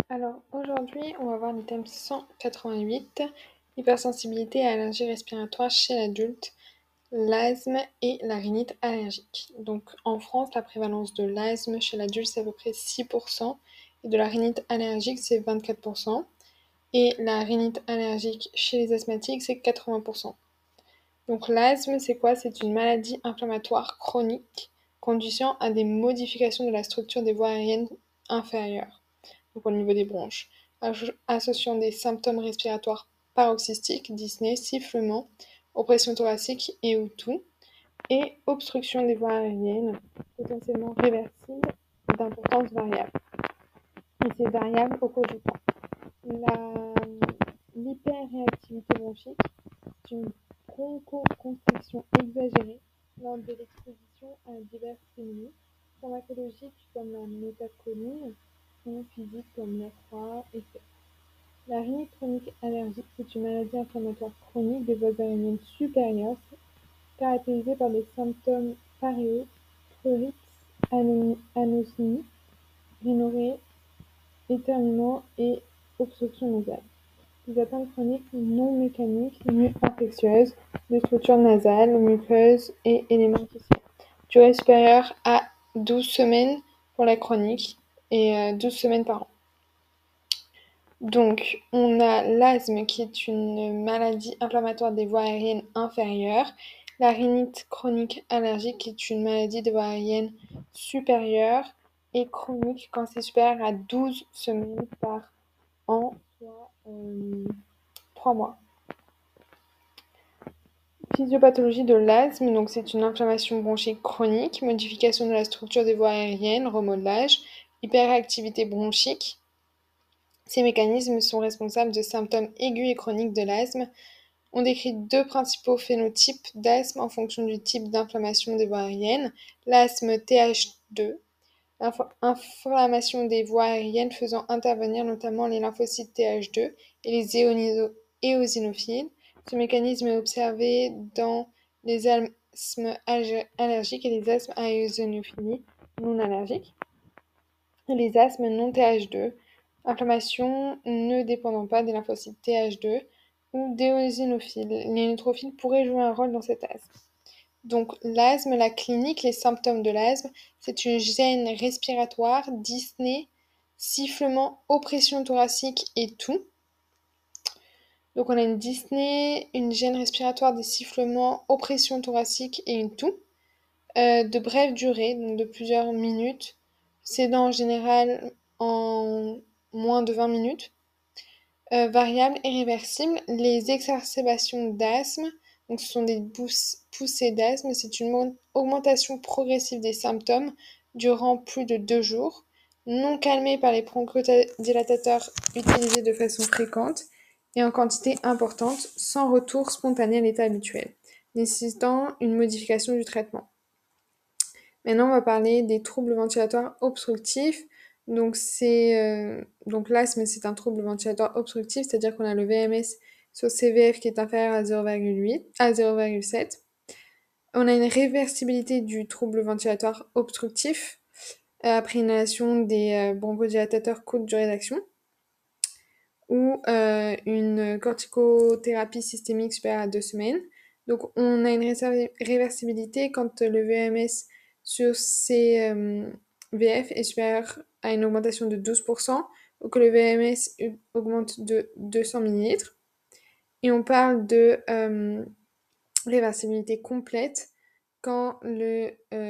Alors aujourd'hui, on va voir le thème 188, hypersensibilité à allergies respiratoires chez l'adulte, l'asthme et la rhinite allergique. Donc en France, la prévalence de l'asthme chez l'adulte, c'est à peu près 6%, et de la rhinite allergique, c'est 24%, et la rhinite allergique chez les asthmatiques, c'est 80%. Donc l'asthme, c'est quoi? C'est une maladie inflammatoire chronique conduisant à des modifications de la structure des voies aériennes inférieures, donc au niveau des bronches, associant des symptômes respiratoires paroxystiques, dyspnée, sifflement, oppression thoracique et ou tout, et obstruction des voies aériennes, potentiellement réversible, d'importance variable. Et c'est variable au cours du temps. L'hyperréactivité bronchique, c'est une bronchoconstriction exagérée lors de l'exposition à divers stimuli pharmacologiques comme la méthacholine ou physiques comme l'air froid et sec. La rhinite chronique allergique, c'est une maladie inflammatoire chronique des voies aériennes supérieures caractérisée par des symptômes paréo, prurite, anosmie, rhinorrhée, éternuement et obstruction nasale. Des atteintes chroniques non mécaniques ni infectieuses de structures nasales, muqueuses et éléments tissulaires. Durée supérieure à 12 semaines pour la chronique et 12 semaines par an. Donc, on a l'asthme qui est une maladie inflammatoire des voies aériennes inférieures, la rhinite chronique allergique qui est une maladie des voies aériennes supérieures et chronique quand c'est supérieur à 12 semaines par an, soit 3 mois. Physiopathologie de l'asthme, donc c'est une inflammation bronchique chronique, modification de la structure des voies aériennes, remodelage, hyperactivité bronchique. Ces mécanismes sont responsables de symptômes aigus et chroniques de l'asthme. On décrit deux principaux phénotypes d'asthme en fonction du type d'inflammation des voies aériennes. L'asthme Th2, inflammation des voies aériennes faisant intervenir notamment les lymphocytes Th2 et les éosinophiles. Ce mécanisme est observé dans les asthmes allergiques et les asthmes à éosinophilie non allergiques. Les asthmes non Th2, inflammation ne dépendant pas des lymphocytes Th2 ou d'éosinophiles. Les neutrophiles pourraient jouer un rôle dans cet asthme. Donc l'asthme, la clinique, les symptômes de l'asthme, c'est une gêne respiratoire, dyspnée, sifflement, oppression thoracique et tout. Donc on a une dyspnée, une gêne respiratoire, des sifflements, oppression thoracique et une toux. De brève durée, donc de plusieurs minutes, cédant en général en moins de 20 minutes. Variable et réversible, les exacerbations d'asthme, donc ce sont des poussées d'asthme, c'est une augmentation progressive des symptômes durant plus de 2 jours, non calmée par les bronchodilatateurs utilisés de façon fréquente et en quantité importante, sans retour spontané à l'état habituel, nécessitant une modification du traitement. Maintenant, on va parler des troubles ventilatoires obstructifs. Donc, l'asthme, c'est un trouble ventilatoire obstructif, c'est-à-dire qu'on a le VMS sur CVF qui est inférieur à 0,8 à 0,7. On a une réversibilité du trouble ventilatoire obstructif après inhalation des bronchodilatateurs courte durée d'action ou une corticothérapie systémique supérieure à 2 semaines. Donc, on a une réversibilité quand le VMS sur CVF est supérieur à une augmentation de 12% ou que le VMS augmente de 200 ml. Et on parle de réversibilité complète quand le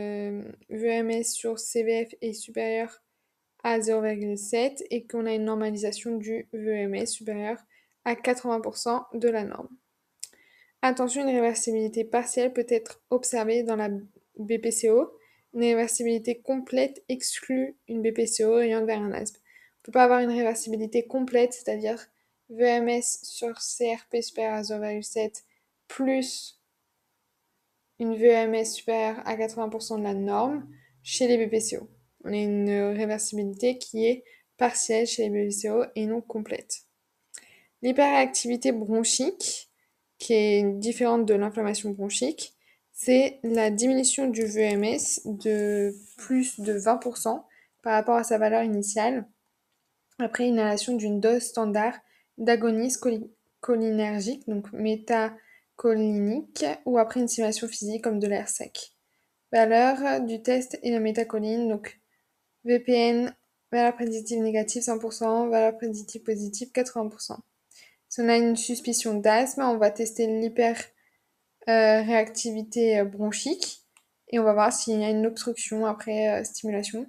VMS sur CVF est supérieur à 0,7 et qu'on a une normalisation du VMS supérieure à 80% de la norme. Attention, une réversibilité partielle peut être observée dans la BPCO. Une réversibilité complète exclut une BPCO orientée vers un asthme. On ne peut pas avoir une réversibilité complète, c'est-à-dire VMS sur CRP supérieur à 0,7 plus une VMS supérieure à 80% de la norme chez les BPCO. On a une réversibilité qui est partielle chez les BPCO et non complète. L'hyperactivité bronchique, qui est différente de l'inflammation bronchique, c'est la diminution du VMS de plus de 20% par rapport à sa valeur initiale après inhalation d'une dose standard d'agonistes cholinergiques, donc métacholiniques, ou après une stimulation physique comme de l'air sec. Valeur du test et la métacholine, donc VPN, valeur prédictive négative 100%, valeur prédictive positive 80%. Si on a une suspicion d'asthme, on va tester l'hyperréactivité bronchique et on va voir s'il y a une obstruction après stimulation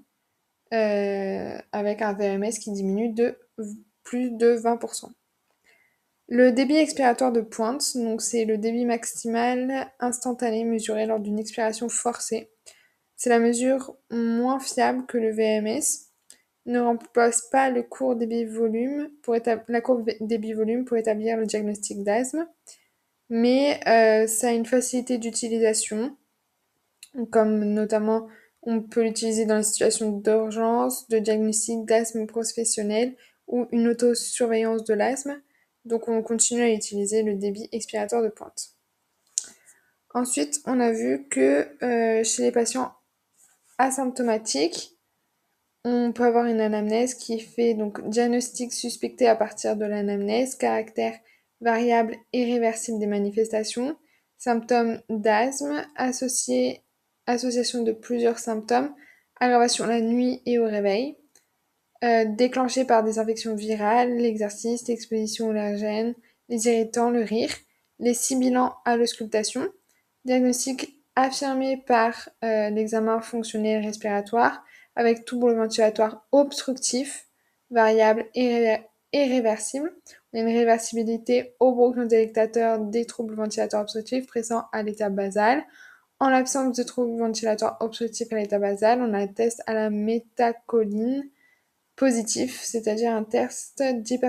avec un VMS qui diminue de plus de 20%. Le débit expiratoire de pointe, donc c'est le débit maximal instantané mesuré lors d'une expiration forcée. C'est la mesure moins fiable que le VMS. Ne remplace pas le court débit-volume la courbe débit-volume pour établir le diagnostic d'asthme, mais ça a une facilité d'utilisation, comme notamment on peut l'utiliser dans les situations d'urgence, de diagnostic d'asthme professionnel ou une autosurveillance de l'asthme. Donc on continue à utiliser le débit expiratoire de pointe. Ensuite, on a vu que chez les patients asymptomatiques, on peut avoir une anamnèse qui fait donc diagnostic suspecté à partir de l'anamnèse, caractère variable et réversible des manifestations, symptômes d'asthme, association de plusieurs symptômes, aggravation la nuit et au réveil, déclenché par des infections virales, l'exercice, l'exposition aux allergènes, les irritants, le rire, les sibilants à l'auscultation, diagnostic affirmé par l'examen fonctionnel respiratoire avec troubles ventilatoires obstructifs, variables et réversibles. On a une réversibilité au bronchodélectateur des troubles ventilatoires obstructifs présents à l'état basal. En l'absence de troubles ventilatoires obstructifs à l'état basal, on a un test à la métacholine positif, c'est-à-dire un test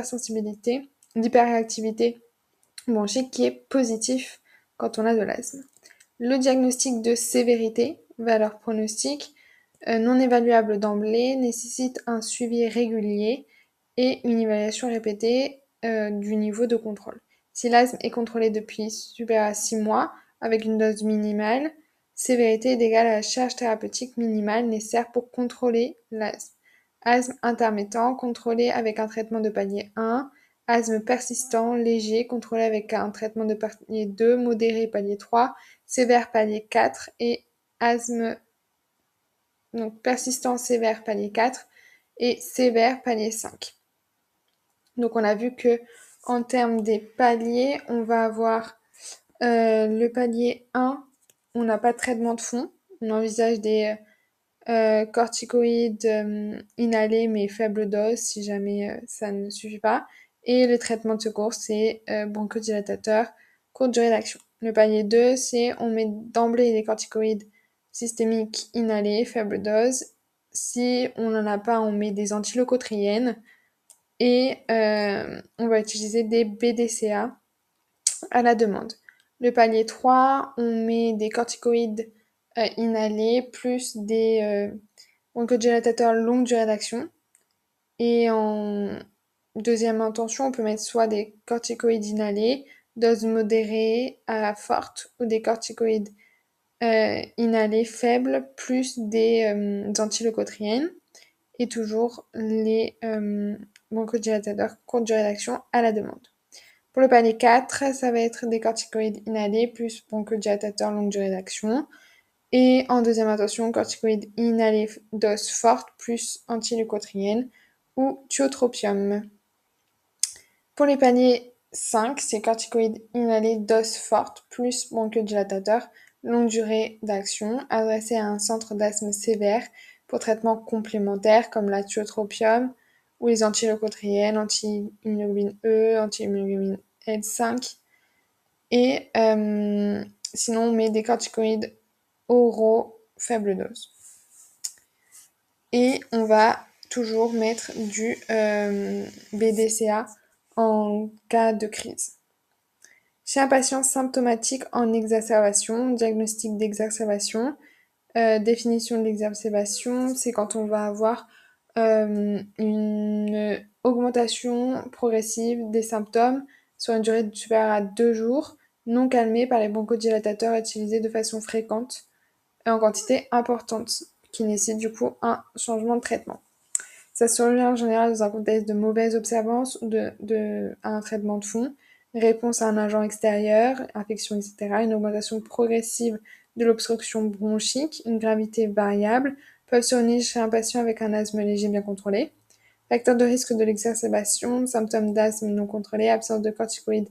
d'hyperréactivité bronchique qui est positif quand on a de l'asthme. Le diagnostic de sévérité, valeur pronostique, non évaluable d'emblée, nécessite un suivi régulier et une évaluation répétée du niveau de contrôle. Si l'asthme est contrôlé depuis supérieur à 6 mois avec une dose minimale, sévérité est égale à la charge thérapeutique minimale nécessaire pour contrôler l'asthme. Asthme intermittent, contrôlé avec un traitement de palier 1. Asthme persistant, léger, contrôlé avec un traitement de palier 2, modéré palier 3, sévère palier 4 et asthme donc persistant sévère palier 4 et sévère palier 5. Donc on a vu que en termes des paliers, on va avoir le palier 1, on n'a pas de traitement de fond, on envisage des corticoïdes inhalés mais faible dose si jamais ça ne suffit pas. Et le traitement de secours, c'est bronchodilatateur, courte durée d'action. Le palier 2, c'est on met d'emblée des corticoïdes systémiques inhalés, faible dose. Si on n'en a pas, on met des antileucotriènes et on va utiliser des BDCA à la demande. Le palier 3, on met des corticoïdes inhalés plus des bronchodilatateurs longue durée d'action. Et en deuxième intention, on peut mettre soit des corticoïdes inhalés, dose modérée à forte, ou des corticoïdes inhalés faibles, plus des antileucotriènes, et toujours les bronchodilatateurs courte durée d'action à la demande. Pour le palier 4, ça va être des corticoïdes inhalés plus bronchodilatateurs longue durée d'action. Et en deuxième intention, corticoïdes inhalés dose forte plus antileucotriène ou tiotropium. Pour les paliers 5, c'est corticoïdes inhalés dose forte plus bronchodilatateur longue durée d'action adressé à un centre d'asthme sévère pour traitement complémentaire comme la tiotropium ou les antileucotriènes, anti-immunoglobine E, anti-immunoglobine L5. Et sinon, on met des corticoïdes oraux faible dose. Et on va toujours mettre du BDCA en cas de crise. Chez un patient symptomatique en exacerbation, diagnostic d'exacerbation, définition de l'exacerbation, c'est quand on va avoir une augmentation progressive des symptômes sur une durée supérieure à 2 jours, non calmée par les bronchodilatateurs utilisés de façon fréquente et en quantité importante, qui nécessite du coup un changement de traitement. Ça survient en général dans un contexte de mauvaise observance ou à un traitement de fond, réponse à un agent extérieur, infection, etc., une augmentation progressive de l'obstruction bronchique, une gravité variable, peuvent survenir chez un patient avec un asthme léger bien contrôlé. Facteur de risque de l'exacerbation, symptômes d'asthme non contrôlés, absence de corticoïdes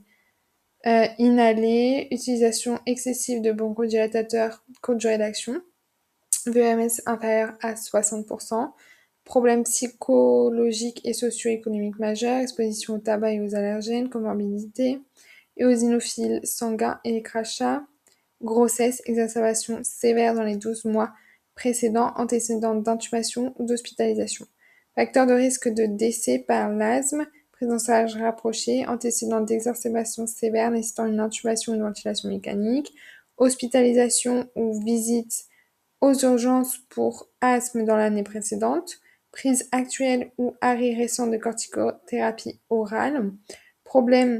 inhalés, utilisation excessive de bronchodilatateurs, courte durée d'action, VMS inférieur à 60%, problèmes psychologiques et socio-économiques majeurs, exposition au tabac et aux allergènes, comorbidité, éosinophile sanguin et crachats, grossesse, exacerbation sévère dans les 12 mois précédents, antécédents d'intubation ou d'hospitalisation. Facteur de risque de décès par l'asthme, présence à âge rapproché, antécédents d'exacerbation sévère nécessitant une intubation ou une ventilation mécanique, hospitalisation ou visite aux urgences pour asthme dans l'année précédente, prise actuelle ou arrêt récent de corticothérapie orale, problème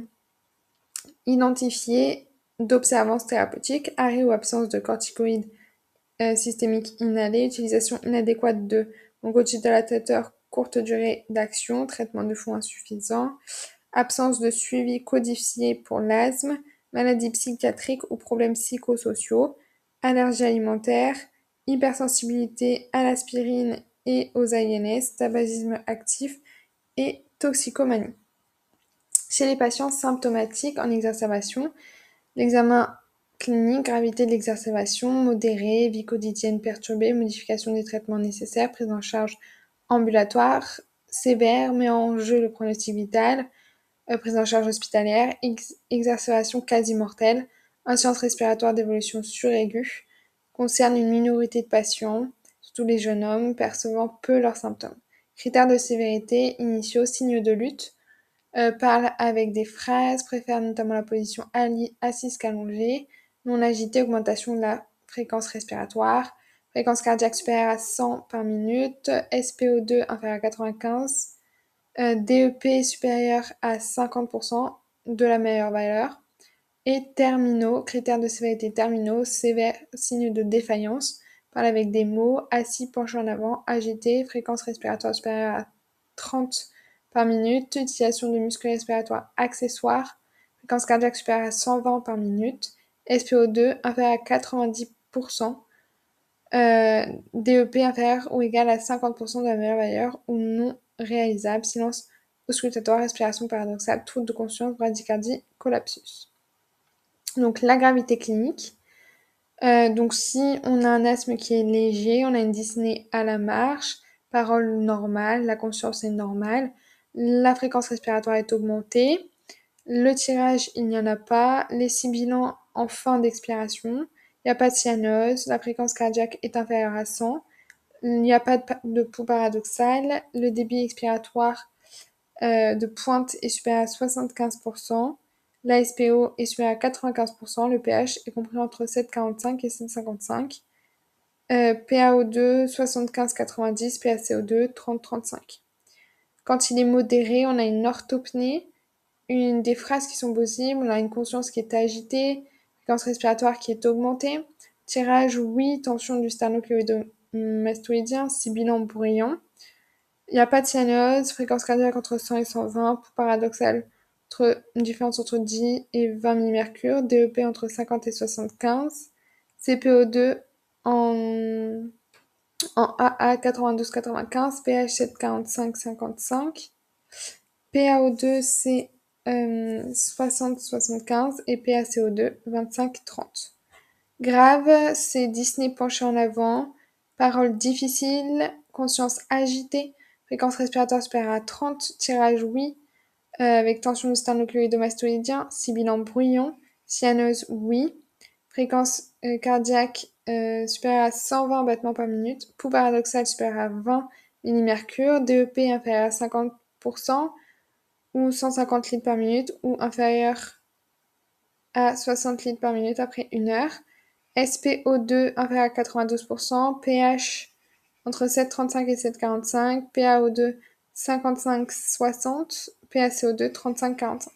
identifié d'observance thérapeutique, arrêt ou absence de corticoïdes systémiques inhalés, utilisation inadéquate de bronchodilatateurs courte durée d'action, traitement de fond insuffisant, absence de suivi codifié pour l'asthme, maladies psychiatriques ou problèmes psychosociaux, allergies alimentaires, hypersensibilité à l'aspirine et aux INS, tabagisme actif et toxicomanie. Chez les patients symptomatiques en exacerbation, l'examen clinique, gravité de l'exacerbation, modérée, vie quotidienne perturbée, modification des traitements nécessaires, prise en charge ambulatoire, sévère, met en jeu le pronostic vital, prise en charge hospitalière, exacerbation quasi mortelle, insuffisance respiratoire d'évolution suraiguë, concerne une minorité de patients, surtout les jeunes hommes, percevant peu leurs symptômes. Critères de sévérité initiaux, signes de lutte, parle avec des phrases, préfère notamment la position assise qu'allongée, non agitée, augmentation de la fréquence respiratoire, fréquence cardiaque supérieure à 100 par minute, SPO2 inférieur à 95, DEP supérieur à 50% de la meilleure valeur, et terminaux, critères de sévérité terminaux, sévère, signe de défaillance, parle avec des mots, assis, penché en avant, agité, fréquence respiratoire supérieure à 30 par minute, utilisation de muscles respiratoires accessoires, fréquence cardiaque supérieure à 120 par minute, SPO2 inférieur à 90%, DEP inférieur ou égal à 50% de la meilleure valeur ou non réalisable, silence auscultatoire, respiration paradoxale, trouble de conscience, bradycardie, collapsus. Donc la gravité clinique. Donc si on a un asthme qui est léger, on a une dyspnée à la marche, parole normale, la conscience est normale, la fréquence respiratoire est augmentée, le tirage il n'y en a pas, les sibilants en fin d'expiration, il n'y a pas de cyanose, la fréquence cardiaque est inférieure à 100, il n'y a pas de pouls paradoxal, le débit expiratoire de pointe est supérieur à 75%, la SPO est supérieure à 95%, le pH est compris entre 7,45 et 7,55, PaO2 75-90, PaCO2 30-35. Quand il est modéré, on a une orthopnée, des phrases qui sont possibles, on a une conscience qui est agitée, fréquence respiratoire qui est augmentée, tirage oui, tension du sternocléido-mastoïdien, sibilant bruyant. Il n'y a pas de cyanose, fréquence cardiaque entre 100 et 120, pouls paradoxal une différence entre 10 et 20 mmHg, DEP entre 50 et 75, CPO2 en AA 92-95, pH 7,45-55, PaO2 c'est 60-75 et PaCO2 25-30. Grave, c'est dyspnée penchée en avant, paroles difficiles, conscience agitée, fréquence respiratoire supérieure à 30, tirage oui, avec tension du sternocléido-mastoïdien, sibilant bruyant, cyanose oui, fréquence cardiaque supérieure à 120 battements par minute, pouls paradoxal supérieur à 20 mmHg, DEP inférieur à 50% ou 150 litres par minute ou inférieur à 60 litres par minute après 1 heure, SPO2 inférieur à 92%, pH entre 7,35 et 7,45, PaO2 55-60, PaCO2 35-45.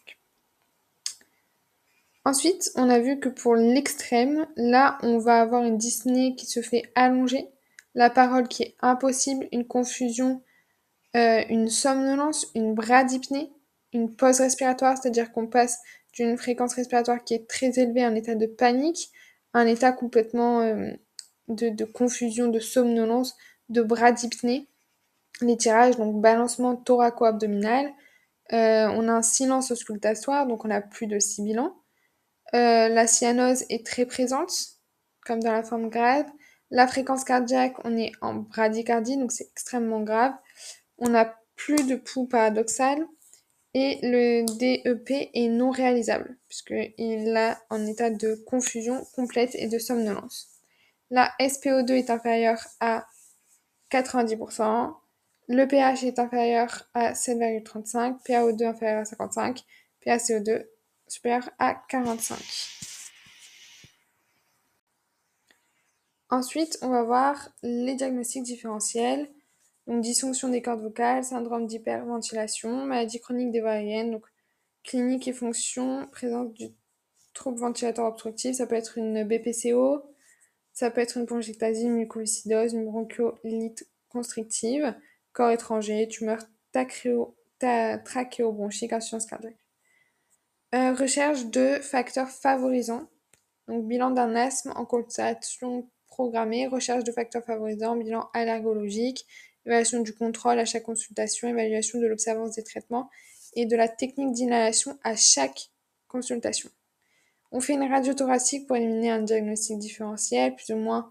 Ensuite, on a vu que pour l'extrême, là, on va avoir une dyspnée qui se fait allonger, la parole qui est impossible, une confusion une somnolence, une bradypnée, une pause respiratoire, c'est-à-dire qu'on passe d'une fréquence respiratoire qui est très élevée à un état de panique, à un état complètement de confusion, de somnolence, de bradypnée. L'étirage, donc balancement thoraco-abdominal. On a un silence auscultatoire, donc on a plus de sibilants. La cyanose est très présente, comme dans la forme grave. La fréquence cardiaque, on est en bradycardie, donc c'est extrêmement grave. On n'a plus de pouls paradoxal. Et le DEP est non réalisable, puisqu'il a un état de confusion complète et de somnolence. La SPO2 est inférieure à 90%, le pH est inférieur à 7,35, PaO2 inférieur à 55, PaCO2 supérieur à 45. Ensuite, on va voir les diagnostics différentiels. Donc, dysfonction des cordes vocales, syndrome d'hyperventilation, maladie chronique des voies aériennes, donc clinique et fonction, présence du trouble ventilatoire obstructif, ça peut être une BPCO, ça peut être une bronchiectasie, une mucoviscidose, une bronchiolite constrictive, corps étranger, tumeur trachéobronchique, insuffisance cardiaque. Recherche de facteurs favorisants. Donc, bilan d'un asthme en consultation programmée, recherche de facteurs favorisants, bilan allergologique, évaluation du contrôle à chaque consultation, évaluation de l'observance des traitements et de la technique d'inhalation à chaque consultation. On fait une radio thoracique pour éliminer un diagnostic différentiel, plus ou moins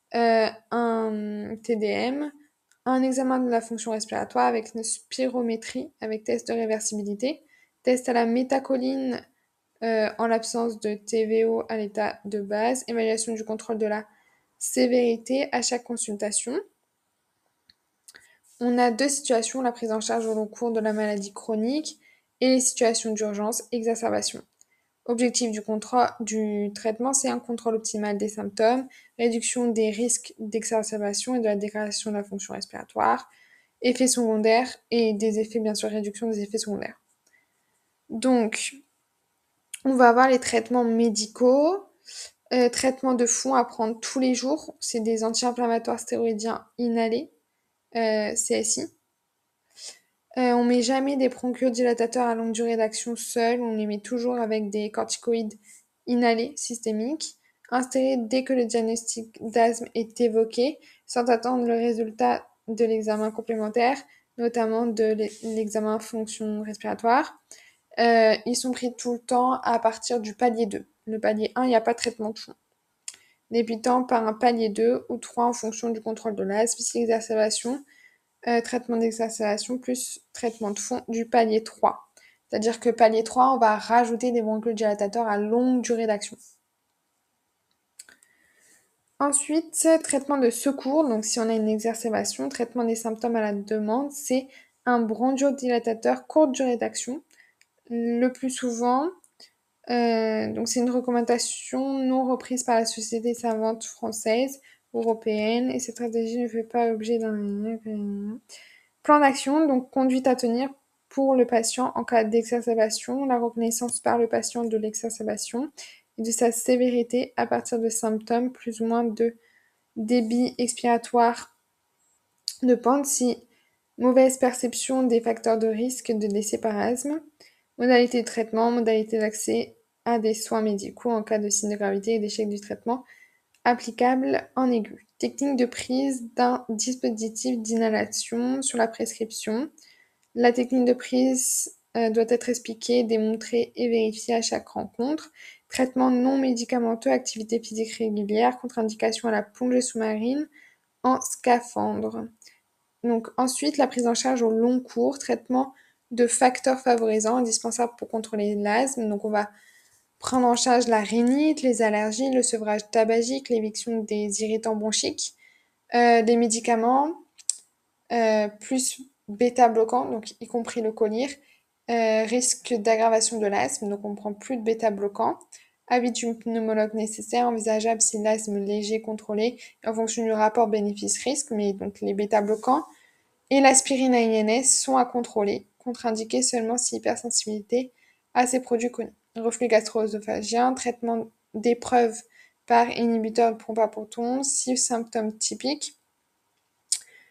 un TDM, un examen de la fonction respiratoire avec une spirométrie, avec test de réversibilité, test à la métacholine en l'absence de TVO à l'état de base, évaluation du contrôle de la sévérité à chaque consultation. On a deux situations, la prise en charge au long cours de la maladie chronique et les situations d'urgence, exacerbation. Objectif du traitement, c'est un contrôle optimal des symptômes, réduction des risques d'exacerbation et de la dégradation de la fonction respiratoire, effets secondaires et des effets, bien sûr, réduction des effets secondaires. Donc, on va avoir les traitements médicaux. Traitement de fond à prendre tous les jours, c'est des anti-inflammatoires stéroïdiens inhalés, CSI. On met jamais des bronchodilatateurs à longue durée d'action seuls, on les met toujours avec des corticoïdes inhalés systémiques, installés dès que le diagnostic d'asthme est évoqué, sans attendre le résultat de l'examen complémentaire, notamment de l'examen fonction respiratoire. Ils sont pris tout le temps à partir du palier 2. Le palier 1, il n'y a pas de traitement de fond. Débutant par un palier 2 ou 3 en fonction du contrôle de l'asthme, si l'exacerbation, traitement d'exacerbation plus traitement de fond du palier 3. C'est-à-dire que palier 3, on va rajouter des bronchodilatateurs à longue durée d'action. Ensuite, traitement de secours. Donc, si on a une exacerbation, traitement des symptômes à la demande, c'est un bronchodilatateur courte durée d'action. Le plus souvent, donc c'est une recommandation non reprise par la Société savante française, européenne, et cette stratégie ne fait pas l'objet d'un plan d'action, donc conduite à tenir pour le patient en cas d'exacerbation, la reconnaissance par le patient de l'exacerbation et de sa sévérité à partir de symptômes plus ou moins de débit expiratoire de pente, si mauvaise perception des facteurs de risque de décès par asthme, modalité de traitement, modalité d'accès à des soins médicaux en cas de signe de gravité et d'échec du traitement applicable en aigu. Technique de prise d'un dispositif d'inhalation sur la prescription. La technique de prise doit être expliquée, démontrée et vérifiée à chaque rencontre. Traitement non médicamenteux, activité physique régulière, contre-indication à la plongée sous-marine en scaphandre. Donc ensuite, la prise en charge au long cours, traitement de facteurs favorisants indispensables pour contrôler l'asthme. Donc on va prendre en charge la rhinite, les allergies, le sevrage tabagique, l'éviction des irritants bronchiques, des médicaments, plus bêta-bloquants, donc y compris le collyre, risque d'aggravation de l'asthme, donc on ne prend plus de bêta-bloquants, avis du pneumologue nécessaire, envisageable si l'asthme léger contrôlé, en fonction du rapport bénéfice-risque, mais donc les bêta-bloquants, et l'aspirine à INS sont à contrôler, contre-indiqués seulement si hypersensibilité à ces produits connus. Reflux gastro-œsophagien, traitement d'épreuve par inhibiteur de pompe à protons, 6 symptômes typiques.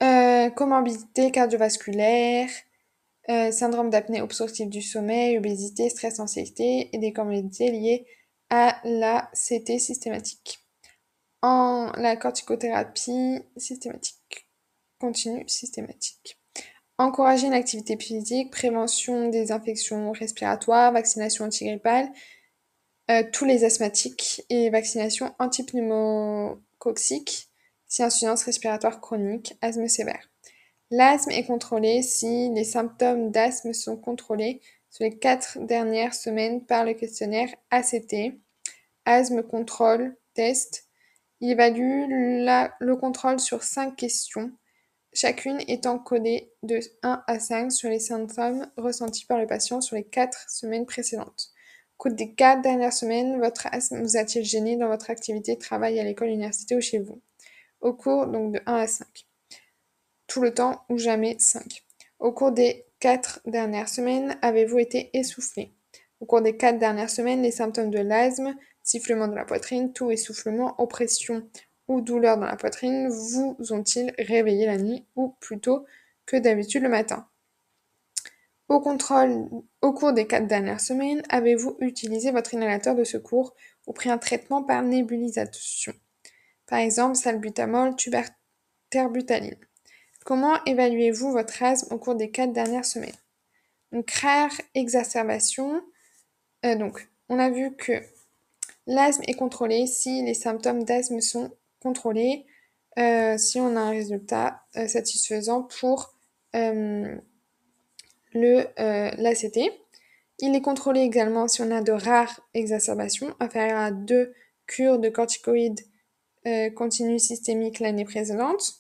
Comorbidité cardiovasculaire, syndrome d'apnée obstructive du sommeil, obésité, stress, anxiété et des comorbidités liées à la CT systématique. En la corticothérapie systématique, continue systématique. Encourager une activité physique, prévention des infections respiratoires, vaccination antigrippale, tous les asthmatiques et vaccination antipneumococcique si insuffisance respiratoire chronique, asthme sévère. L'asthme est contrôlé si les symptômes d'asthme sont contrôlés sur les 4 dernières semaines par le questionnaire ACT, Asthme Control Test. Il évalue le contrôle sur 5 questions, chacune étant codée de 1 à 5 sur les symptômes ressentis par le patient sur les 4 semaines précédentes. Au cours des 4 dernières semaines, votre asthme vous a-t-il gêné dans votre activité de travail à l'école, l'université ou chez vous? Au cours donc de 1 à 5. Tout le temps ou jamais 5. Au cours des 4 dernières semaines, avez-vous été essoufflé? Au cours des 4 dernières semaines, les symptômes de l'asthme, sifflement dans la poitrine, toux, essoufflement, oppression ou douleur dans la poitrine vous ont-ils réveillé la nuit ou plutôt que d'habitude le matin? Au cours des 4 dernières semaines, avez-vous utilisé votre inhalateur de secours ou pris un traitement par nébulisation? Par exemple, salbutamol, terbutaline. Comment évaluez-vous votre asthme au cours des 4 dernières semaines? Donc, rare exacerbation. Donc, on a vu que l'asthme est contrôlé si les symptômes d'asthme sont contrôlés, si on a un résultat satisfaisant pour l'ACT. Il est contrôlé également si on a de rares exacerbations, inférieures à 2 cures de corticoïdes continus systémiques l'année précédente.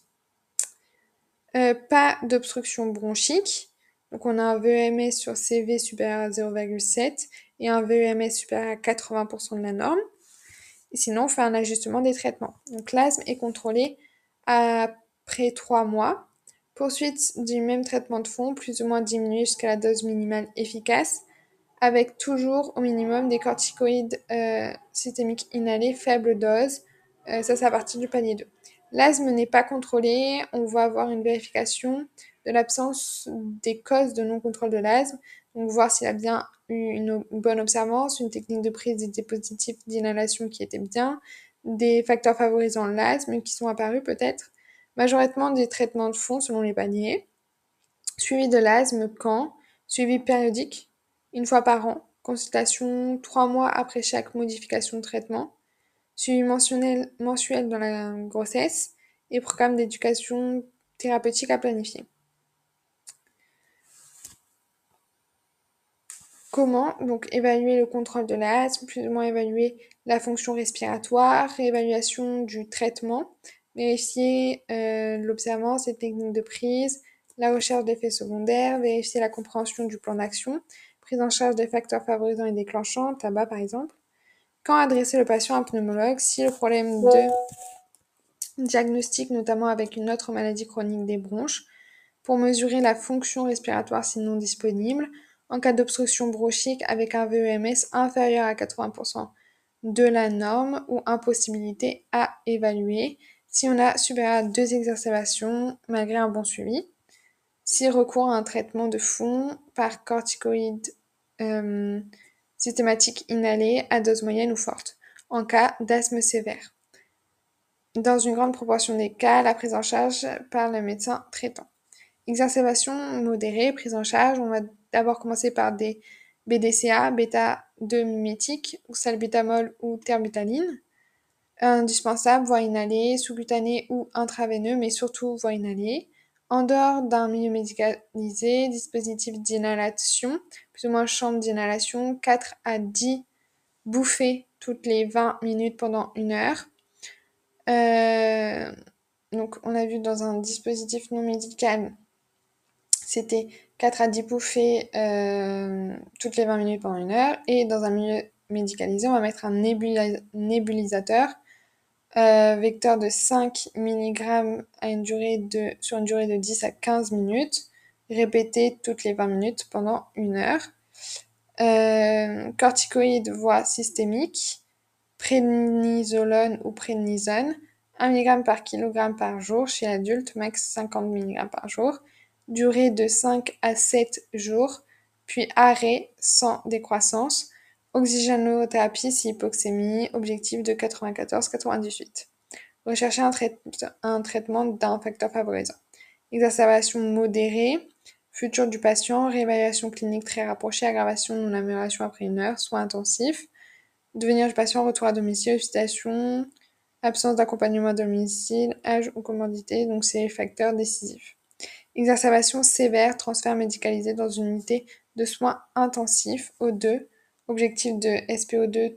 Pas d'obstruction bronchique. Donc on a un VEMS sur CV supérieur à 0,7 et un VEMS supérieur à 80% de la norme. Et sinon, on fait un ajustement des traitements. Donc l'asthme est contrôlé après 3 mois. Poursuite du même traitement de fond, plus ou moins diminué jusqu'à la dose minimale efficace, avec toujours au minimum des corticoïdes systémiques inhalés faible dose. Ça, c'est à partir du palier 2. L'asthme n'est pas contrôlé, on va avoir une vérification de l'absence des causes de non-contrôle de l'asthme, donc voir s'il a bien eu une bonne observance, une technique de prise des dispositifs d'inhalation qui était bien, des facteurs favorisant l'asthme qui sont apparus peut-être, majoritairement des traitements de fond selon les paniers, suivi de l'asthme quand, suivi périodique, une fois par an, consultation 3 mois après chaque modification de traitement, suivi mensuel dans la grossesse et programme d'éducation thérapeutique à planifier. Comment donc évaluer le contrôle de l'asthme, plus ou moins évaluer la fonction respiratoire, réévaluation du traitement, vérifier l'observance et techniques de prise, la recherche d'effets secondaires, vérifier la compréhension du plan d'action, prise en charge des facteurs favorisants et déclenchants, tabac par exemple. Quand adresser le patient à un pneumologue si le problème de diagnostic, notamment avec une autre maladie chronique des bronches, pour mesurer la fonction respiratoire sinon disponible, en cas d'obstruction bronchique avec un VEMS inférieur à 80% de la norme ou impossibilité à évaluer, si on a supérieur à 2 exacerbations malgré un bon suivi, si recours à un traitement de fond par corticoïde systématique inhalé à dose moyenne ou forte, en cas d'asthme sévère. Dans une grande proportion des cas, la prise en charge par le médecin traitant. Exacerbation modérée, prise en charge, on va d'abord commencer par des BDCA, bêta-2 mimétiques, ou salbutamol ou terbutaline. Indispensable, voie inhalée, sous-cutané ou intraveineux, mais surtout voie inhalée. En dehors d'un milieu médicalisé, dispositif d'inhalation, plus ou moins chambre d'inhalation, 4 à 10 bouffées toutes les 20 minutes pendant 1 heure. Donc on a vu dans un dispositif non médical, c'était 4 à 10 bouffées toutes les 20 minutes pendant 1 heure. Et dans un milieu médicalisé, on va mettre un nébulisateur, vecteur de 5 mg sur une durée de 10 à 15 minutes, répété toutes les 20 minutes pendant 1 heure. Corticoïdes voie systémique, prénisolone ou prénisone, 1 mg par kg par jour chez l'adulte, max 50 mg par jour. Durée de 5 à 7 jours, puis arrêt sans décroissance. Oxygénothérapie si hypoxémie, objectif de 94-98. Rechercher un traitement d'un facteur favorisant. Exacerbation modérée, futur du patient, réévaluation clinique très rapprochée, aggravation non amélioration après 1 heure, soins intensifs. Devenir du patient, retour à domicile, hospitalisation, absence d'accompagnement à domicile, âge ou comorbidité, donc c'est les facteurs décisifs. Exacerbation sévère, transfert médicalisé dans une unité de soins intensifs, O2, objectif de SPO2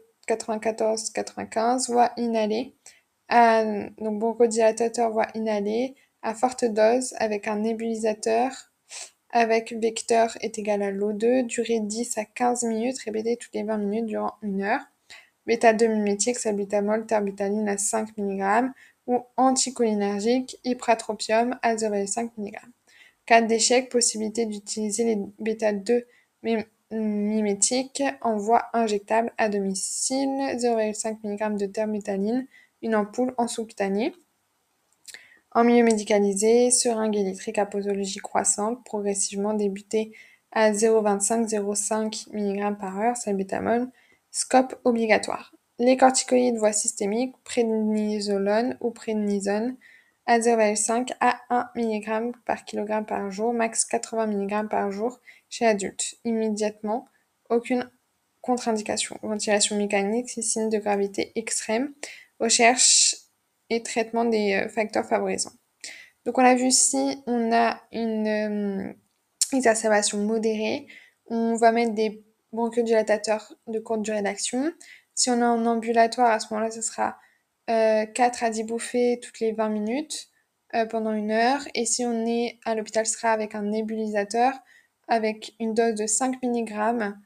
94-95, voie inhalée, donc bronchodilatateur voie inhalée, à forte dose avec un nébulisateur avec vecteur est égal à l'O2, durée 10 à 15 minutes, répétée toutes les 20 minutes durant 1 heure. Bêta-2 mimétique, salbutamol, terbutaline à 5 mg ou anticholinergique, ipratropium à 0,5 mg. Cas d'échec, possibilité d'utiliser les bêta-2 mimétiques en voie injectable à domicile, 0,5 mg de terbutaline, une ampoule en sous-cutané. En milieu médicalisé, seringue électrique à posologie croissante, progressivement débutée à 0,25-0,5 mg par heure, salbutamol, scope obligatoire. Les corticoïdes voie systémique, prédnisolone ou prédnisone à 0,5 à 1 mg par kg par jour, max 80 mg par jour chez l'adulte. Immédiatement, aucune contre-indication. Ventilation mécanique, si signe de gravité extrême. Recherche et traitement des facteurs favorisants. Donc on a vu si on a une exacerbation modérée, on va mettre des bronchodilatateurs de courte durée d'action. Si on est en ambulatoire, à ce moment-là, ce sera 4 à 10 bouffées toutes les 20 minutes pendant 1 heure. Et si on est à l'hôpital, ce sera avec un nébulisateur avec une dose de 5 mg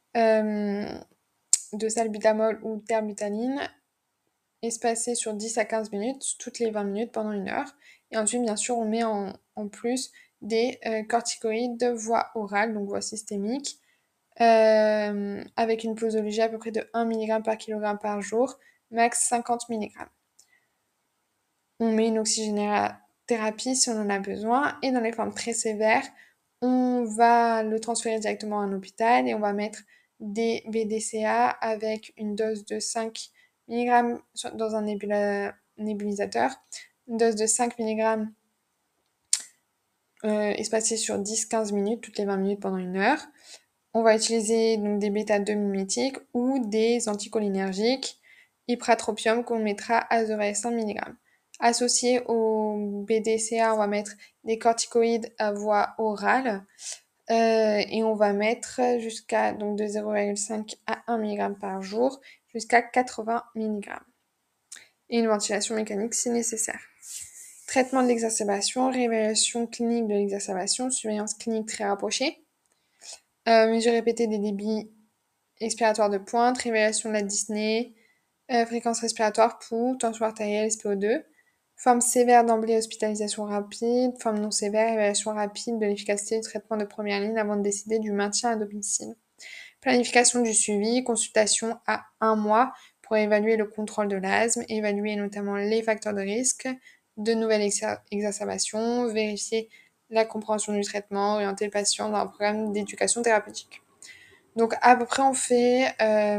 de salbutamol ou terbutaline espacé sur 10 à 15 minutes, toutes les 20 minutes pendant 1 heure. Et ensuite, bien sûr, on met en plus des corticoïdes de voie orale, donc voie systémique, avec une posologie à peu près de 1 mg par kg par jour, max 50 mg. On met une oxygénothérapie si on en a besoin, et dans les formes très sévères, on va le transférer directement à un hôpital et on va mettre des BDCA avec une dose de 5 mg dans un nébulisateur, une dose de 5 mg espacée sur 10-15 minutes, toutes les 20 minutes pendant 1 heure. On va utiliser donc des bêta-2 mimétiques ou des anticholinergiques, ipratropium qu'on mettra à 0,5 mg. Associé au BDCA, on va mettre des corticoïdes à voie orale et on va mettre jusqu'à donc de 0,5 à 1 mg par jour jusqu'à 80 mg. Et une ventilation mécanique si nécessaire. Traitement de l'exacerbation, réévaluation clinique de l'exacerbation, surveillance clinique très rapprochée, mesure répétée des débits expiratoires de pointe, réévaluation de la dyspnée, fréquence respiratoire, pouls, tension artérielle, SPO2, forme sévère d'emblée, hospitalisation rapide, forme non sévère, évaluation rapide de l'efficacité du traitement de première ligne avant de décider du maintien à domicile. Planification du suivi, consultation à 1 mois pour évaluer le contrôle de l'asthme, évaluer notamment les facteurs de risque, de nouvelles exacerbations, vérifier la compréhension du traitement, orienter le patient dans un programme d'éducation thérapeutique. Donc à peu près on fait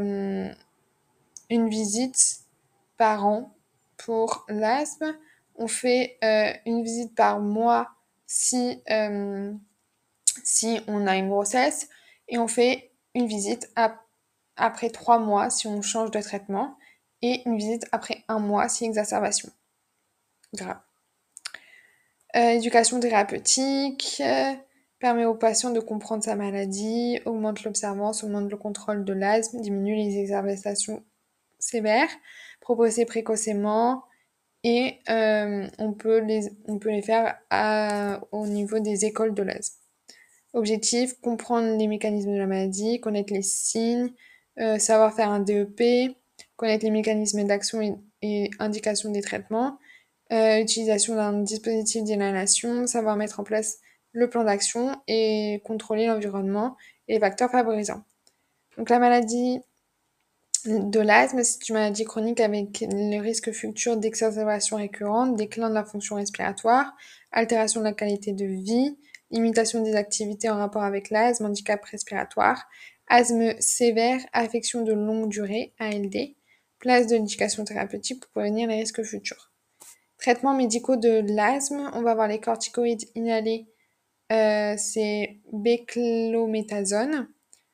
une visite par an pour l'asthme. On fait une visite par mois si on a une grossesse et on fait une visite après 3 mois si on change de traitement et une visite après 1 mois si exacerbation grave. Éducation thérapeutique permet au patient de comprendre sa maladie, augmente l'observance, augmente le contrôle de l'asthme, diminue les exacerbations sévères, proposées précocement et on peut les faire au niveau des écoles de l'asthme. Objectif, comprendre les mécanismes de la maladie, connaître les signes, savoir faire un DEP, connaître les mécanismes d'action et indication des traitements, utilisation d'un dispositif d'inhalation, savoir mettre en place le plan d'action et contrôler l'environnement et les facteurs favorisants. Donc la maladie de l'asthme, c'est une maladie chronique avec le risque futur d'exacerbation récurrente, déclin de la fonction respiratoire, altération de la qualité de vie, limitation des activités en rapport avec l'asthme, handicap respiratoire, asthme sévère, affection de longue durée, ALD, place de l'éducation thérapeutique pour prévenir les risques futurs. Traitements médicaux de l'asthme, on va voir les corticoïdes inhalés, c'est beclométasone,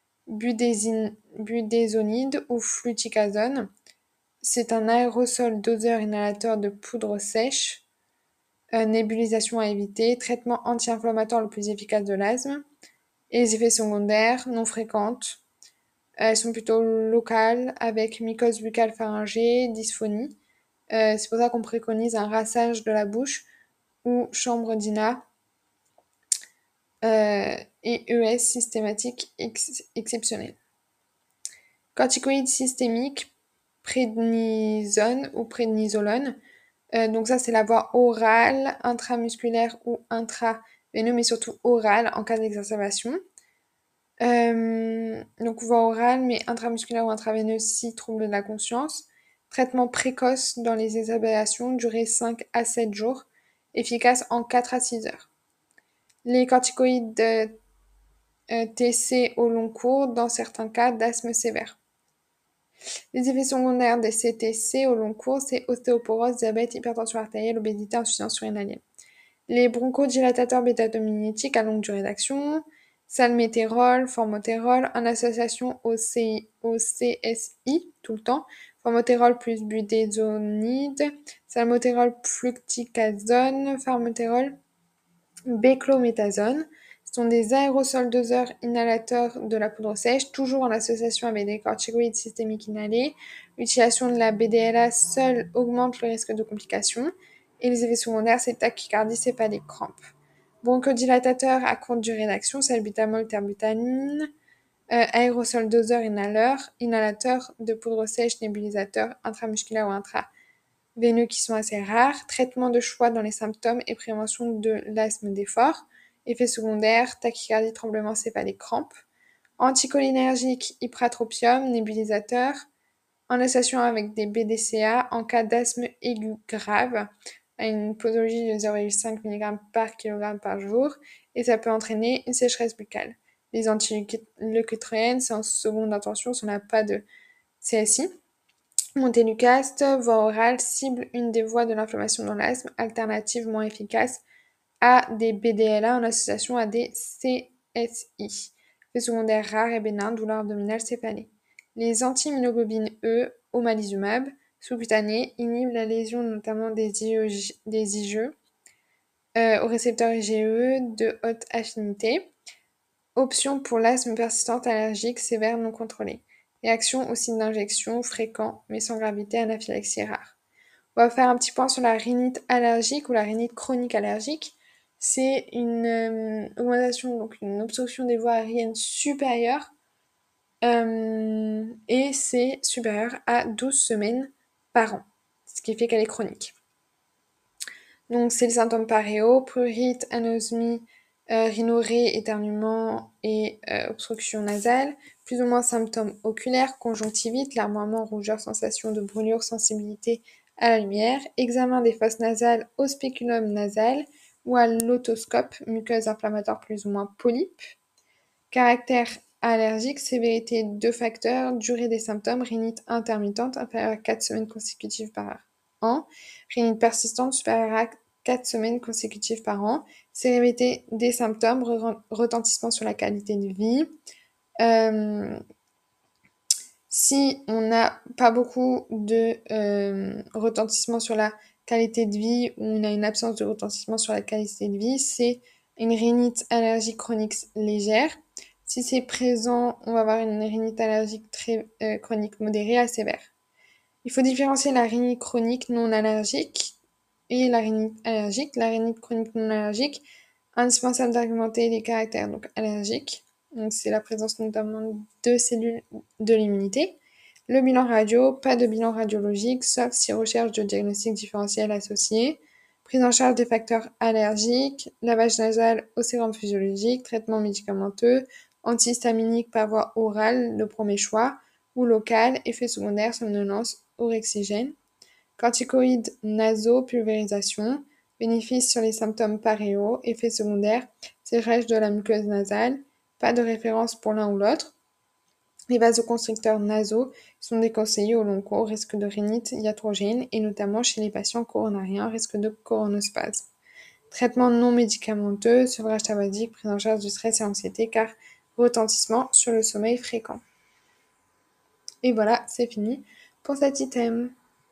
budesonide ou fluticasone. C'est un aérosol doseur-inhalateur de poudre sèche. Nébulisation à éviter. Traitement anti-inflammatoire le plus efficace de l'asthme. Et les effets secondaires non fréquentes. Elles sont plutôt locales avec mycose buccale pharyngée, dysphonie. C'est pour ça qu'on préconise un rassage de la bouche ou chambre d'INA et ES systématique exceptionnel. Corticoïdes systémiques, prédnisone ou prédnisolone. Donc ça, c'est la voie orale, intramusculaire ou intraveineux, mais surtout orale en cas d'exacerbation. Donc voie orale, mais intramusculaire ou intraveineux si trouble de la conscience. Traitement précoce dans les exacerbations, durée 5 à 7 jours, efficace en 4 à 6 heures. Les corticoïdes TC au long cours dans certains cas d'asthme sévère. Les effets secondaires des CTC au long cours, c'est ostéoporose, diabète, hypertension artérielle, obésité, insuffisance surrénalienne. Les bronchodilatateurs bêta-2-mimétiques à longue durée d'action, salmétérol, formoterol, en association au CSI tout le temps, formoterol plus budesonide, salmeterol fluticasone, formoterol beclométasone. Ce sont des aérosols doseurs inhalateurs de la poudre sèche, toujours en association avec des corticoïdes systémiques inhalés. L'utilisation de la BDLA seule augmente le risque de complications. Et les effets secondaires, c'est tachycardie, céphalée, crampes. Bronchodilatateur à courte durée d'action, salbutamol, terbutamine. Aérosol doseur inhalateur de poudre sèche, nébulisateur intramusculaire ou intraveineux qui sont assez rares. Traitement de choix dans les symptômes et prévention de l'asthme d'effort. Effets secondaires, tachycardie, tremblement, céphalée, crampes. Anticholinergique, ipratropium, nébulisateur, en association avec des BDCA en cas d'asthme aigu grave, à une posologie de 0,5 mg par kg par jour, et ça peut entraîner une sécheresse buccale. Les antileucotriennes, c'est en seconde intention si on n'a pas de CSI. Montelukast, voie orale, cible une des voies de l'inflammation dans l'asthme, alternative moins efficace à des BDLA en association à des CSI. Effets secondaires rares et bénins, douleur abdominale, céphalée. Les anti-immunoglobulines E, omalizumab, sous-cutanés, inhibent la lésion notamment des IgE au récepteur IgE de haute affinité. Option pour l'asthme persistante allergique sévère non contrôlée. Réaction au signe d'injection fréquent mais sans gravité, anaphylaxie rare. On va faire un petit point sur la rhinite allergique ou la rhinite chronique allergique. C'est une augmentation, donc une obstruction des voies aériennes supérieure et c'est supérieur à 12 semaines par an, ce qui fait qu'elle est chronique. Donc c'est les symptômes paréo, prurite, anosmie, rhinorrhée, éternuement et obstruction nasale, plus ou moins symptômes oculaires, conjonctivite, larmoiement, rougeur, sensation de brûlure, sensibilité à la lumière, examen des fosses nasales au spéculum nasal ou à l'otoscope, muqueuse inflammatoire plus ou moins polype. Caractère allergique, sévérité, 2 facteurs, durée des symptômes, rhinite intermittente inférieure à 4 semaines consécutives par an, rhinite persistante supérieure à 4 semaines consécutives par an, sévérité des symptômes, retentissement sur la qualité de vie. Si on n'a pas beaucoup de retentissement sur la qualité de vie ou on a une absence de retentissement sur la qualité de vie, c'est une rhinite allergique chronique légère. Si c'est présent, on va avoir une rhinite allergique très chronique modérée à sévère. Il faut différencier la rhinite chronique non allergique et la rhinite allergique. La rhinite chronique non allergique, indispensable d'argumenter les caractères donc allergiques. Donc c'est la présence notamment de cellules de l'immunité. Le bilan radio, pas de bilan radiologique, sauf si recherche de diagnostic différentiel associé. Prise en charge des facteurs allergiques, lavage nasal au sérum physiologique, traitement médicamenteux, antihistaminique par voie orale, le premier choix, ou local, effet secondaire, somnolence, orexigène. Corticoïdes nasaux, pulvérisation, bénéfice sur les symptômes paréo, effet secondaire, sécheresse de la muqueuse nasale, pas de référence pour l'un ou l'autre. Les vasoconstricteurs nasaux sont déconseillés au long cours, risque de rhinite iatrogène et notamment chez les patients coronariens, risque de coronospasme. Traitement non médicamenteux, sevrage tabagique, prise en charge du stress et anxiété car retentissement sur le sommeil fréquent. Et voilà, c'est fini pour cet item.